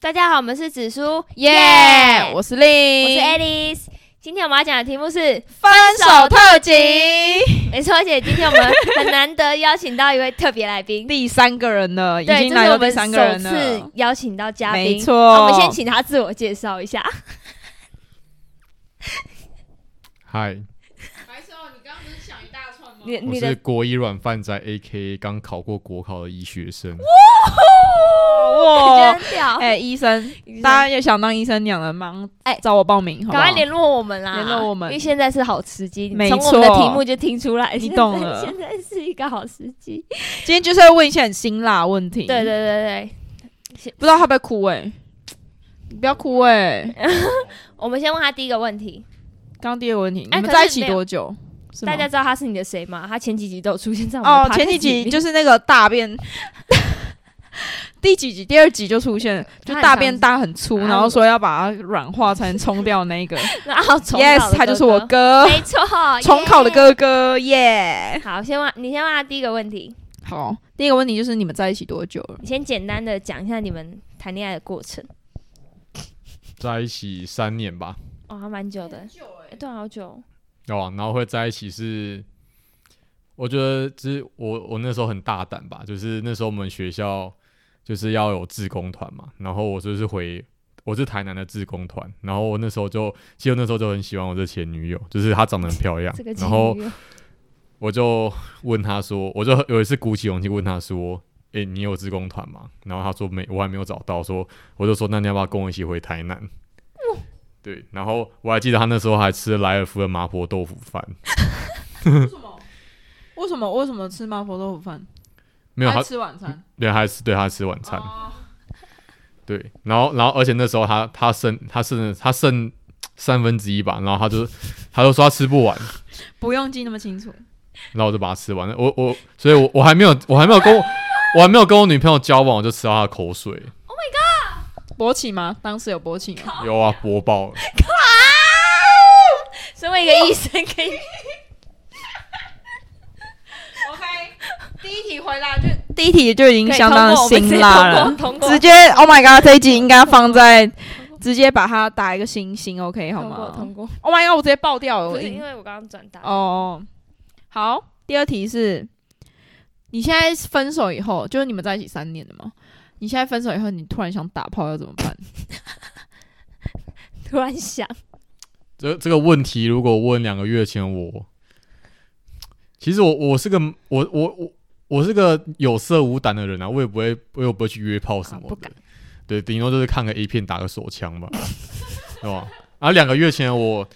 大家好，我们是紫苏， 耶！我是令， 我是 Alice。今天我们要讲的题目是分手特辑。 没错，而且今天我们很难得邀请到一位特别来宾， 第三个人了，已对， 经来到第三个人了。 这是我们首次邀请到嘉宾， 没错。 我们先请他自我介绍一下。 嗨， 白痴哦，你刚刚不是想一大串吗？ 我是国一软饭仔 ，AKA 刚考过国考的医学生。 哇， 很屌！ 医生，大家也想当医生娘的，忙找我报名，好不好？ 赶快联络我们啦！ 联络我们， 因为现在是好时机， 没错， 从我们的题目就听出来， 你懂了。 现在是一个好时机。 今天就是要问一些很辛辣的问题。 对对对对， 不知道他会不会哭你不要哭我们先问他第一个问题。 刚刚第二个问题，你们在一起多久？ 大家知道他是你的谁吗？他前几集都有出现在我们的 podcast 前几集就是那个大便，第几集？第二集就出现，就大便大很粗，然后说要把它软化才能冲掉那个。 然后重考的哥哥 Yes， 他就是我哥， 没错， 重考的哥哥耶。 好，你先问他第一个问题。 好，第一个问题就是你们在一起多久了？ 你先简单的讲一下你们谈恋爱的过程。 在一起3年吧。 哦，还蛮久的，对，好久。 然后会在一起是，我觉得就是我那时候很大胆吧，就是那时候我们学校就是要有志工团嘛，然后我是台南的志工团，然后我那时候就很喜欢我这前女友，就是她长得很漂亮，然后我就问她说，我就有一次鼓起勇气问她说，你有志工团吗？然后她说我还没有找到，我就说那你要不要跟我一起回台南？对，然后我还记得他那时候还吃了莱尔夫的麻婆豆腐饭。 为什么吃麻婆豆腐饭？ 没有，他吃晚餐。 对，他吃晚餐。对，然后而且那时候他剩1/3吧，然后他就说他吃不完。 不用记那么清楚。 然后我就把它吃完了。所以我还没有跟我女朋友交往，我就吃到她的口水。 勃起吗？当时有勃起吗？ 有啊，勃爆了。 身为一个医生，可以。 OK， 第一题就已经相当辛辣了，直接 Oh my God， 这一集应该放在直接把它打一个星 ，OK 好吗？ 通过。 Oh my God， 我直接爆掉了。 不是因为我刚刚转达。 哦，好，第二题是，你现在分手以后，就是你们在一起3年了吗？你现在分手以后，你突然想打炮要怎么办？ 突然想， 这个问题，如果问2个月前其实我是个有色无胆的人啊，我也不会去约炮什么的， 不敢。 对，顶多就是看个 A 片打个手枪吧，对吧？然后2个月前我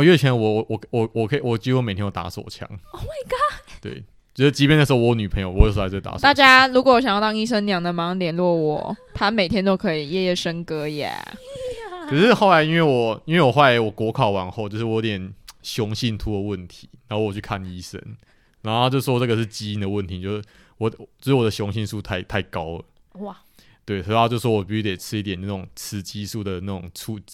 几乎每天都打手枪。 Oh my God！ 对。就是即便那时候我有女朋友，我有时候还在打手枪。 大家如果想要当医生娘的，马上联络我，他每天都可以夜夜笙歌耶。 可是后来因为我后来我国考完后，就是我有点雄性秃的问题，然后我去看医生，然后他就说这个是基因的问题，就是我的雄性素太高了。哇！对，所以他就说我必须得吃一点那种雌激素的那种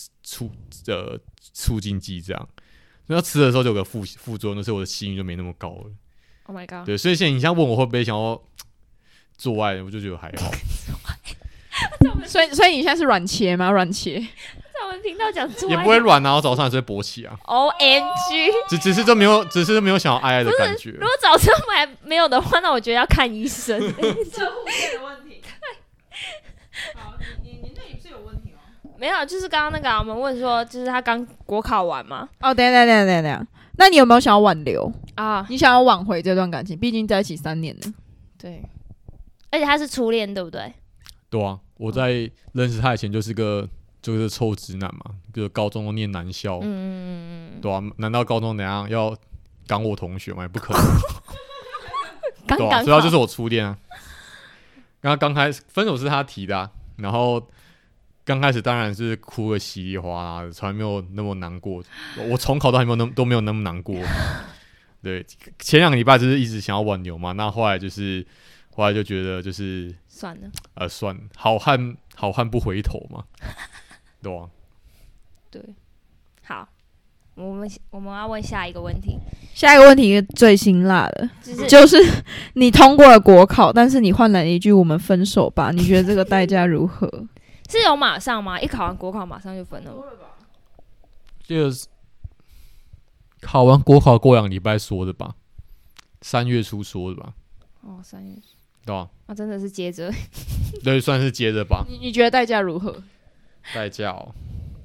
促进剂，这样。那吃的时候就有个副作用，就是我的性欲就没那么高了。 Oh my God！ 对，所以现在你想问我会不会想要做爱，我就觉得还好。 所以你现在是软切吗？软切？ 在我们频道讲做爱也不会软啊，然后早上还是会勃起啊。 OMG！ 只是就没有想要爱爱的感觉。 如果早上没有的话，那我觉得要看医生。 射护线的问题。好，你那里是有问题吗？ 没有，就是刚刚那个我们问说，就是他刚国考完嘛。 哦，等一下，那你有没有想要挽留啊？ 你想要挽回这段感情？毕竟在一起3年了。 对，而且他是初恋，对不对？ 对啊，我在认识他以前就是臭直男嘛，就是高中都念男校。对啊，难道高中怎样要赶我同学吗？也不可能。对啊，所以他就是我初恋啊。刚开始分手是他提的啊，然后刚开始当然是哭个稀里哗啦的，从来没有那么难过。我重考都没有那么难过。对，前2个礼拜就是一直想要挽留嘛，那后来就觉得就是算了， 好汉不回头嘛，对吧？ 对，好，我们要问下一个问题。 下一个问题最辛辣的，就是你通过了国考，但是你换来了一句"我们分手吧"，你觉得这个代价如何？ 是有马上吗？一考完国考马上就分了吗？ 就是考完国考过2个礼拜说的吧，3月初说的吧。 哦，3月。 对吧？ 啊，真的是接着。 对，算是接着吧。 你觉得代价如何？ 代价哦，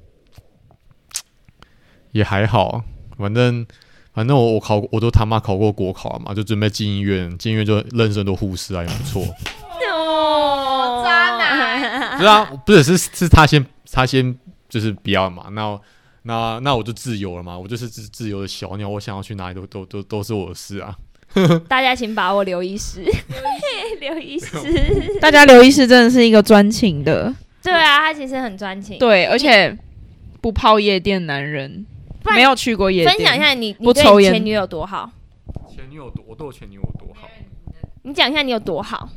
也还好，反正我都他妈考过国考嘛，就准备进医院，进医院就认识很多护士啊，也不错。 哦，渣男。 对啊，不是他先就是不要嘛，那我就自由了嘛，我就是自由的小鸟，我想要去哪里都是我的事啊。 大家请把握刘医师，刘医师， 大家刘医师真的是一个专情的， 对啊，他其实很专情， 对，而且不泡夜店男人，没有去过夜店。 分享一下你不抽烟， 前女友多好？ 前女友我对我前女友多好？ 你讲一下你有多好？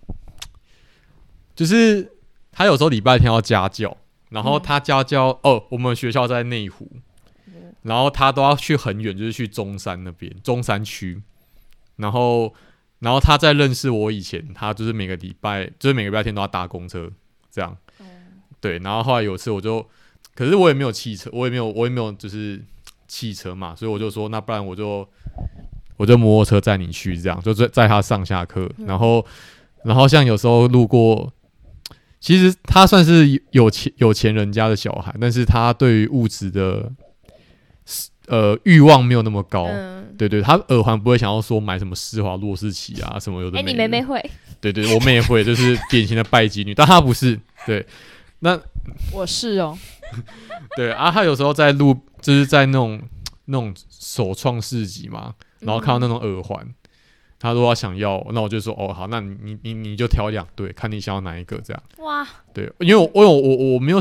就是他有时候礼拜天要家教，然后他家教我们学校在内湖，然后他都要去很远，就是去中山那边中山区。然后他在认识我以前，他就是每个礼拜天都要搭公车这样，对。然后后来有一次可是我也没有汽车，我也没有就是汽车嘛，所以我就说那不然我就摩托车载你去这样，就载他上下课。然后像有时候路过，其实他算是有钱人家的小孩，但是他对于物质的欲望没有那么高。对，他耳环不会想要说买什么施华洛世奇啊什么有的没的。 你妹妹会？ 对，我妹也会，就是典型的拜金女，但她不是。对，那我是哦。 对啊，她有时候在路，就是在那种首创市集嘛，然后看到那种耳环，她说她想要，那我就说好，那你就挑2对，看你想要哪一个这样。 哇， 对，因为我没有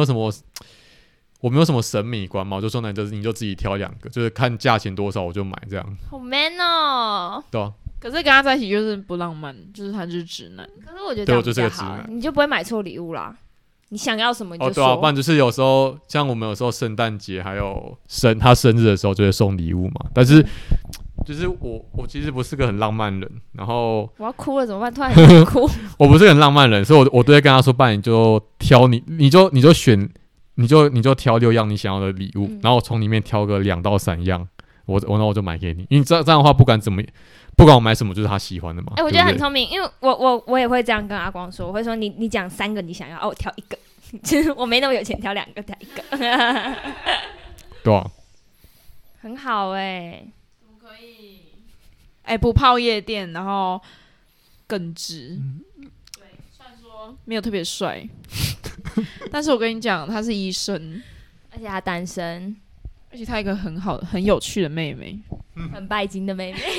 什么审美观嘛，我就说你就自己挑2个，就是看价钱多少我就买这样。 好 man 哦。 对啊。 可是跟他在一起就是不浪漫，就是他就是直男。 可是我觉得这样比较好，你就不会买错礼物啦。你想要什么你就说。 对啊，不然就是有时候像我们有时候圣诞节还有他生日的时候就会送礼物嘛。但是就是我其实不是个很浪漫人，然后我要哭了怎么办？突然很想哭。 我不是很浪漫人，所以我都会跟他说，不然你就挑你就选。你就挑6样你想要的礼物，然后我从里面挑个2到3样，那我就买给你。因为这样的话，不管我买什么，就是他喜欢的嘛。 我觉得很聪明，因为我也会这样跟阿光说，我会说你讲3个你想要，我挑1个。其实我没那么有钱，挑2个，挑1个。 对啊。 很好怎么可以？不泡夜店，然后耿直。对，虽然说没有特别帅。但是我跟你讲，他是医生， 而且他单身， 而且他一个很有趣的妹妹， 很拜金的妹妹。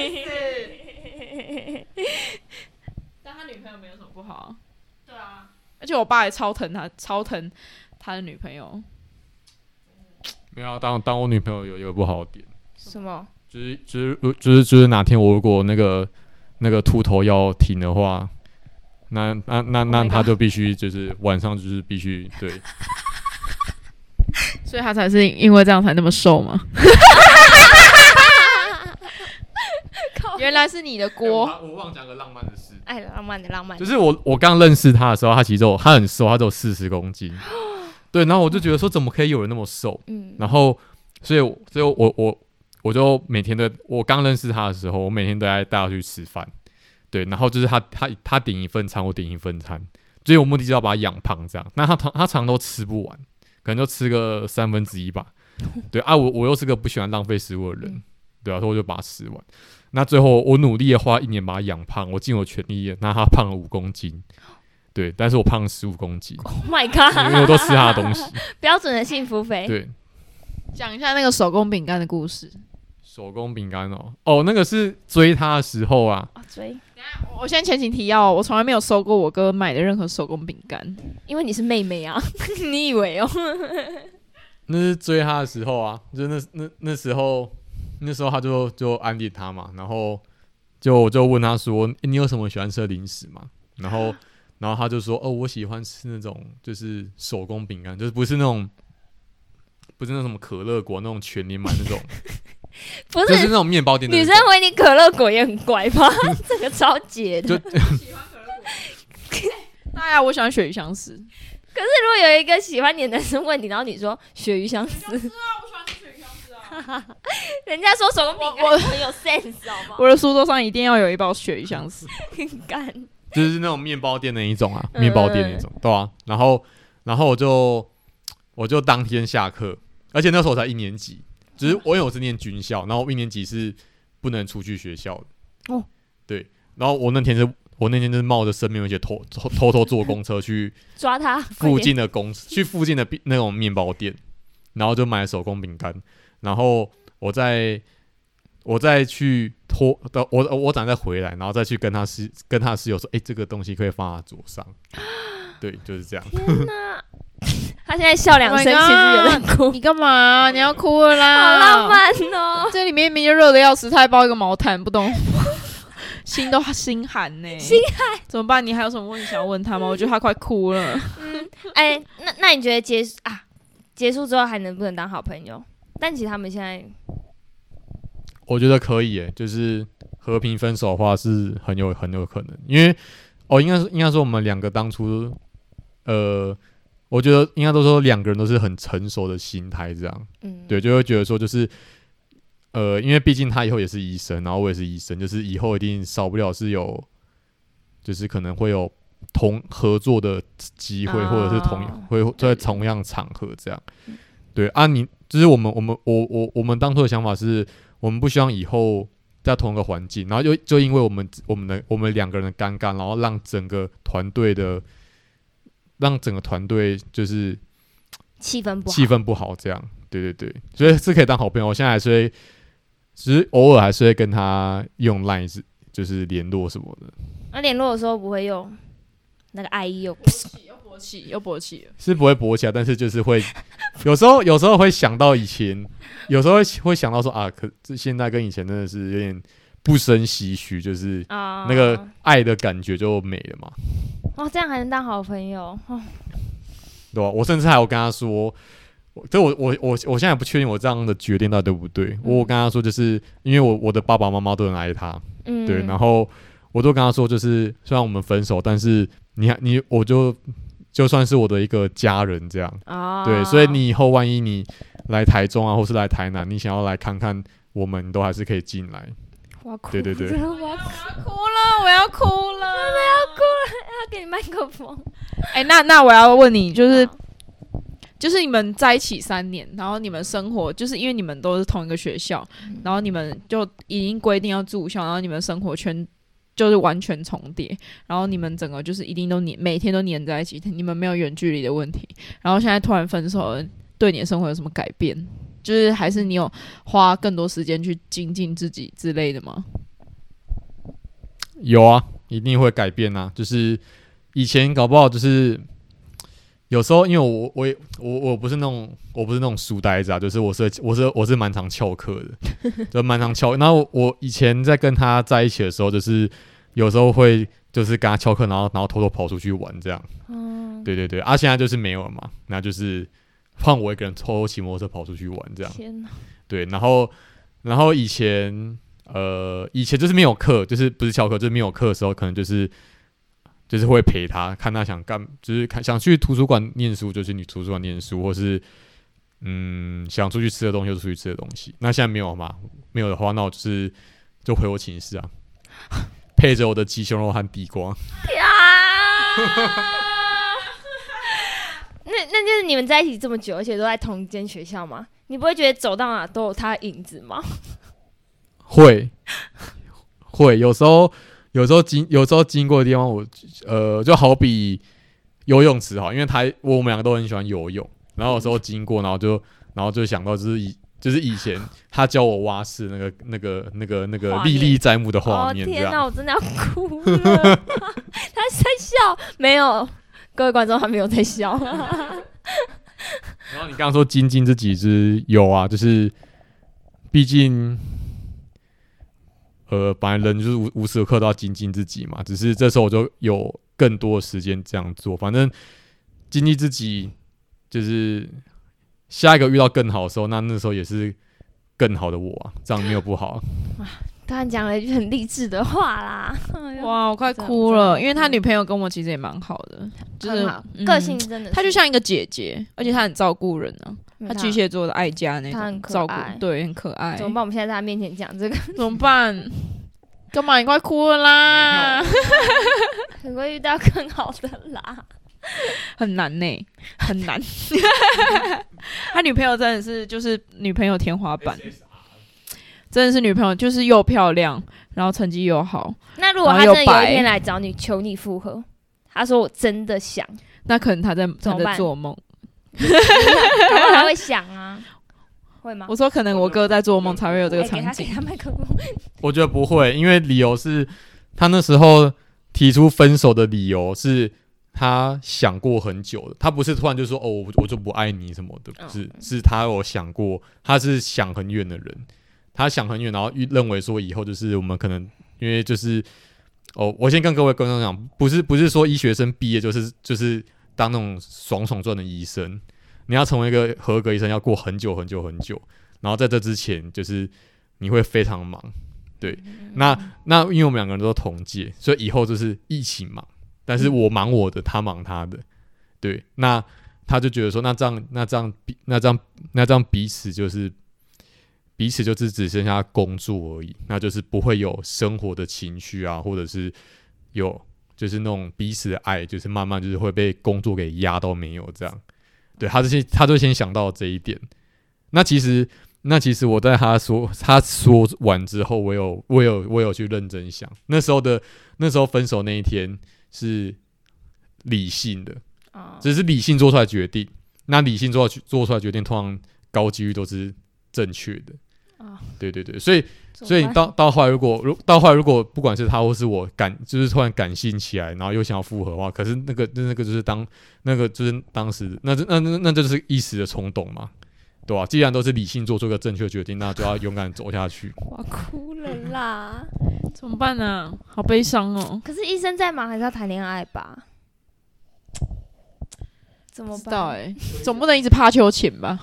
但他女朋友没有什么不好。对啊，而且我爸也超疼他的女朋友。 没有当我女朋友有一个不好的点。 什么？ 就是哪天我如果那个秃头要停的话。那他就必须就是晚上就是必须对， 所以他才是因为这样才那么瘦吗？原来是你的锅。 我忘讲个浪漫的事。 浪漫。 就是我刚认识他的时候，他其实他很瘦，他只有40公斤。对，然后我就觉得说，怎么可以有人那么瘦？然后所以我就每天我刚认识他的时候，我每天都在带他去吃饭。对，然后就是他点1份餐，我点1份餐，所以我目的就是要把他养胖这样。那他常都吃不完，可能就吃个1/3吧。对啊，我又是个不喜欢浪费食物的人，对啊，所以我就把它吃完。那最后我努力的花1年把他养胖，我尽我全力，那他胖了5公斤。对，但是我胖了15公斤。 Oh my god！ 因为我都吃他的东西。 标准的幸福肥。 对， 讲一下那个手工饼干的故事。 手工饼干那个是追他的时候啊。 追。 我先前情提要，我从来没有收过我哥买的任何手工饼干， 因为你是妹妹啊。你以为哦？ 那是追他的时候啊，就那时候他就安利他嘛，然后我就问他说，你有什么喜欢吃的零食吗？然后他就说，我喜欢吃那种就是手工饼干，就是不是那种什么可乐果那种全年买那种。 不是， 就是那种面包店的女生回你可乐果也很怪吧？这个超解的。 喜欢可乐果。大呀，我喜欢鳕鱼香丝。 可是如果有一个喜欢你的男生问你，然后你说鳕鱼香丝， 我喜欢吃鳕鱼香丝啊。 人家说手工饼干很有 sense 好吗？ 我的书桌上一定要有一包鳕鱼香丝， 干就是那种面包店的一种啊，面包店那种，对啊。然后我就当天下课，而且那时候我才1年级，只是因为我是念军校，然后1年级是不能出去学校的。哦，对。然后我那天就是冒着生命危险偷偷坐公车去抓他附近的去附近的那种面包店，然后就买了手工饼干，然后我再去我等再回来，然后再去跟他室友说，这个东西可以放他桌上。对，就是这样。 天哪！他现在笑2声，其实有点哭。 你干嘛？你要哭了啦！ 好浪漫哦！ 这里面明明就热的要死，他还包一个毛毯，不懂。心都心寒呢， 心寒怎么办？你还有什么问题想要问他吗？我觉得他快哭了。 那你觉得结束之后还能不能当好朋友？但其实他们现在， 我觉得可以就是和平分手的话是很有可能，因为应该说我们2个当初我觉得应该都说2个人都是很成熟的心态，这样，对，就会觉得说就是因为毕竟他以后也是医生，然后我也是医生，就是以后一定少不了是有，就是可能会有合作的机会，或者是会在同样场合这样，对啊，就是我们当初的想法是，我们不希望以后在同一个环境，然后就因为我们2个人的尴尬，然后让整个团队就是气氛不好这样，对，所以是可以当好朋友。我现在还是会，只是偶尔还是会跟他用 LINE 就是联络什么的。 那联络的时候不会用那个爱意又勃起了， 是不会勃起来，但是就是会有时候会想到以前，有时候会想到说啊，可现在跟以前真的是有点不胜唏嘘，就是那个爱的感觉就没了嘛。 这样还能当好朋友对吧？我甚至还有跟他说，我现在也不确定我这样的决定到底对不对。我跟他说，就是因为我的爸爸妈妈都很爱他，对，然后我都跟他说，就是虽然我们分手，但是我就算是我的一个家人这样，对，所以你以后万一你来台中啊，或是来台南，你想要来看看我们，都还是可以进来。 我要哭， 对， 我要哭了， 要给你麦克风。 那我要问你，就是你们在一起3年，然后你们生活，就是因为你们都是同一个学校，然后你们就已经规定要住校，然后你们生活圈就是完全重叠，然后你们整个就是一定都每天都黏在一起，你们没有远距离的问题，然后现在突然分手了，对你的生活有什么改变？就是还是你有花更多时间去精进自己之类的吗？ 有啊，一定会改变啊。就是以前搞不好就是有时候，因为我不是那种书呆子啊，就是我是蛮常翘课的，就蛮常翘。然后我以前在跟他在一起的时候，就是有时候会就是跟他翘课，然后偷偷跑出去玩这样。对，现在就是没有了嘛，那就是换我一个人偷偷骑摩托车跑出去玩这样。 天哪！ 对，然后以前就是没有课，就是不是翘课，就是没有课的时候，可能就是会陪他，看他想干，就是想去图书馆念书，就去你图书馆念书，或是想出去吃的东西就出去吃的东西。那现在没有嘛？没有的话，那我就回我寝室啊，配着我的鸡胸肉和地瓜。 那就是你们在一起这么久，而且都在同一间学校吗？你不会觉得走到哪都有他的影子吗？ 会，有时候经过的地方，就好比游泳池哈，因为我们2个都很喜欢游泳，然后有时候经过，然后就想到就是以前他教我蛙式那个历历在目的画面。 天哪，我真的要哭了！他在笑，没有，各位观众他没有在笑。 然后你刚刚说精进自己是有啊，就是毕竟本来人就是无时无刻都要精进自己嘛，只是这时候我就有更多的时间这样做。反正精进自己，就是下一个遇到更好的时候，那时候也是更好的我啊，这样没有不好。 突然讲了一句很励志的话啦， 哇，我快哭了，因为他女朋友跟我其实也蛮好的，就是个性真的是， 他就像一个姐姐，而且他很照顾人啊。他巨蟹座的爱家那种照顾，对，很可爱。 怎么办？我们现在在他面前讲这个， 怎么办？干嘛？你快哭了啦！ 很会遇到更好的啦， 很难呢，很难。他女朋友真的是就是女朋友天花板，真的是女朋友，就是又漂亮，然后成绩又好。 那如果他真的有一天来找你求你复合，他说我真的想， 那可能他在做梦。 他会想啊，会吗？ 我说可能我哥在做梦才会有这个场景。 给他麦克风。 我觉得不会，因为理由是他那时候提出分手的理由是他想过很久的，他不是突然就说哦我就不爱你什么的，是他有想过，他是想很远的人，他想很远，然后认为说以后就是我们可能因为就是我先跟各位观众讲，不是说医学生毕业就是当那种爽赚的医生，你要成为一个合格医生，要过很久很久很久，然后在这之前，就是你会非常忙，对。那因为我们两个人都同届，所以以后就是一起忙，但是我忙我的，他忙他的，对。那他就觉得说，那这样彼此就是只剩下工作而已，那就是不会有生活的情绪啊，或者是有。就是那种彼此的爱，就是慢慢就是会被工作给压到没有这样，对，他就先想到这一点。那其实我在他说完之后，我有去认真想，那时候分手那一天是理性的，只是理性做出来决定。那理性做出来决定，通常高几率都是正确的。对对对，所以到后来如果不管是他或是我就是突然感性起来，然后又想要复合的话，可是那个就是当时那就是一时的冲动嘛，对吧？既然都是理性做出一个正确的决定，那就要勇敢走下去。 我哭了啦， 怎么办呢？好悲伤哦。 可是医生在忙，还是要谈恋爱吧？怎么办？ 总不能一直趴秋千吧？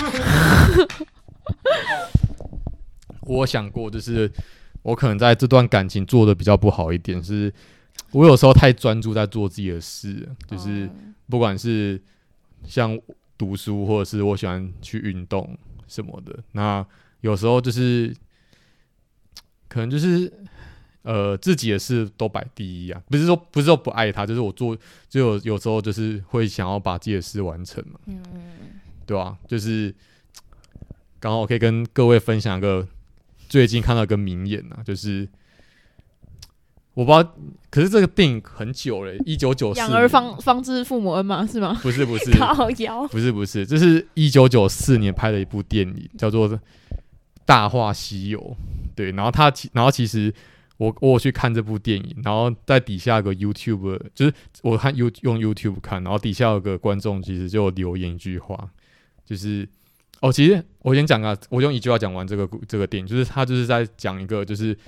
我想过，就是我可能在这段感情做的比较不好一点，是我有时候太专注在做自己的事了，就是不管是像读书，或者是我喜欢去运动什么的，那有时候就是可能就是自己的事都摆第一啊，不是说不爱他，就是我做就有时候就是会想要把自己的事完成嘛，对吧？就是刚好可以跟各位分享一个。最近看到一个名言啊，就是我不知道，可是这个电影很久了，1994 养儿方知父母恩嘛，是吗？ 不是， 靠腰不是，这是1994年拍的一部电影，叫做《大话西游》。对，然后其实我有去看这部电影，然后在底下有个 YouTube， 就是我看用 YouTube 看，然后底下有个观众其实就有留言一句话，就是。其实我先讲啊，我用一句话讲完这个电影，就是他就是在讲一个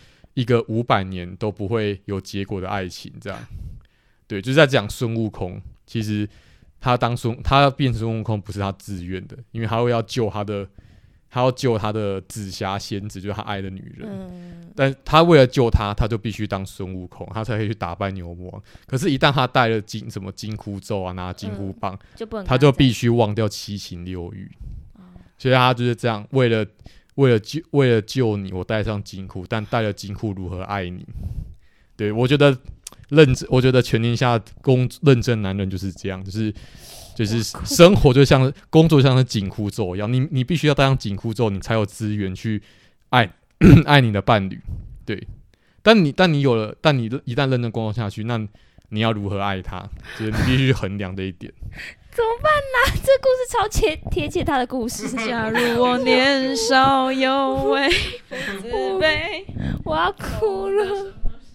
500年都不会有结果的爱情，这样，对，就是在讲孙悟空。其实他要变孙悟空不是他自愿的，因为他要救他的紫霞仙子，就是他爱的女人。但他为了救他就必须当孙悟空，他才可以去打败牛魔王。可是，一旦他带了什么金箍咒啊，拿金箍棒，他就必须忘掉七情六欲。所以他就是这样，为了救你，我戴上金箍，但戴了金箍如何爱你？对，我觉得全天下认真男人就是这样，就是生活就像工作像是紧箍咒一样，你必须要戴上紧箍咒，你才有资源去爱你的伴侣。对，但你一旦认真工作下去，那你要如何爱他？就是你必须衡量这一点。 怎么办啦？这故事超贴切他的故事。 假如我年少有为不自卑， 我要哭了。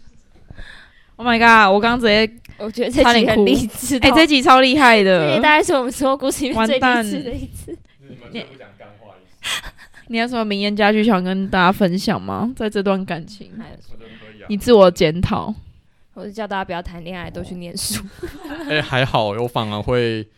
Oh my god！ 我刚刚直接， 我觉得这集很励志。 这集超厉害的。 这大概是我们所有故事里面最励志的一次。 你有什么名言佳句想跟大家分享吗？在这段感情，你自我检讨。 我是叫大家不要谈恋爱，都去念书。 还好，我反而会。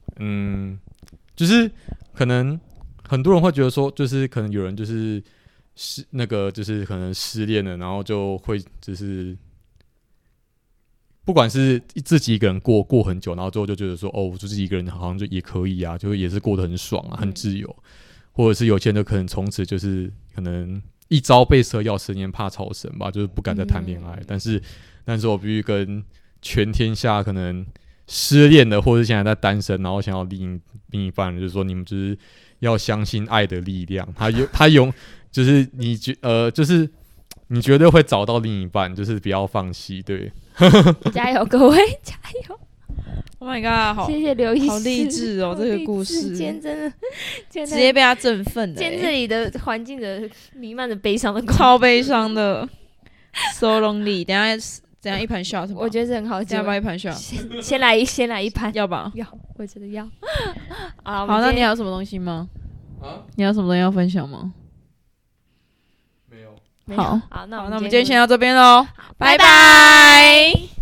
就是可能很多人会觉得说，就是可能有人就是那个就是可能失恋了，然后就会就是不管是自己一个人过很久，然后最后就觉得说，我自己一个人好像就也可以啊，就也是过得很爽啊，很自由。或者是有些人就可能从此就是可能一朝被蛇咬，10年怕草绳吧，就是不敢再谈恋爱。但是我必须跟全天下可能失恋的，或者现在在单身，然后想要另一半，就是说你们就是要相信爱的力量，就是就是你绝对会找到另一半，就是不要放弃，对， 加油各位，加油！ Oh my god， 谢谢刘医师， 好励志哦，这个故事， 今天真的直接被他振奋了。 今天这里的环境的弥漫着悲伤的， 超悲伤的 ，so lonely。等一下一盘 shot 吗？ 我觉得这很好接。 要不要一盘 shot？ 先来一盘， 要吧？ 要，我觉得要。 好，那你还有什么东西吗？你有什么东西要分享吗？ 没有。 好， 那我们今天先到这边喽，拜拜。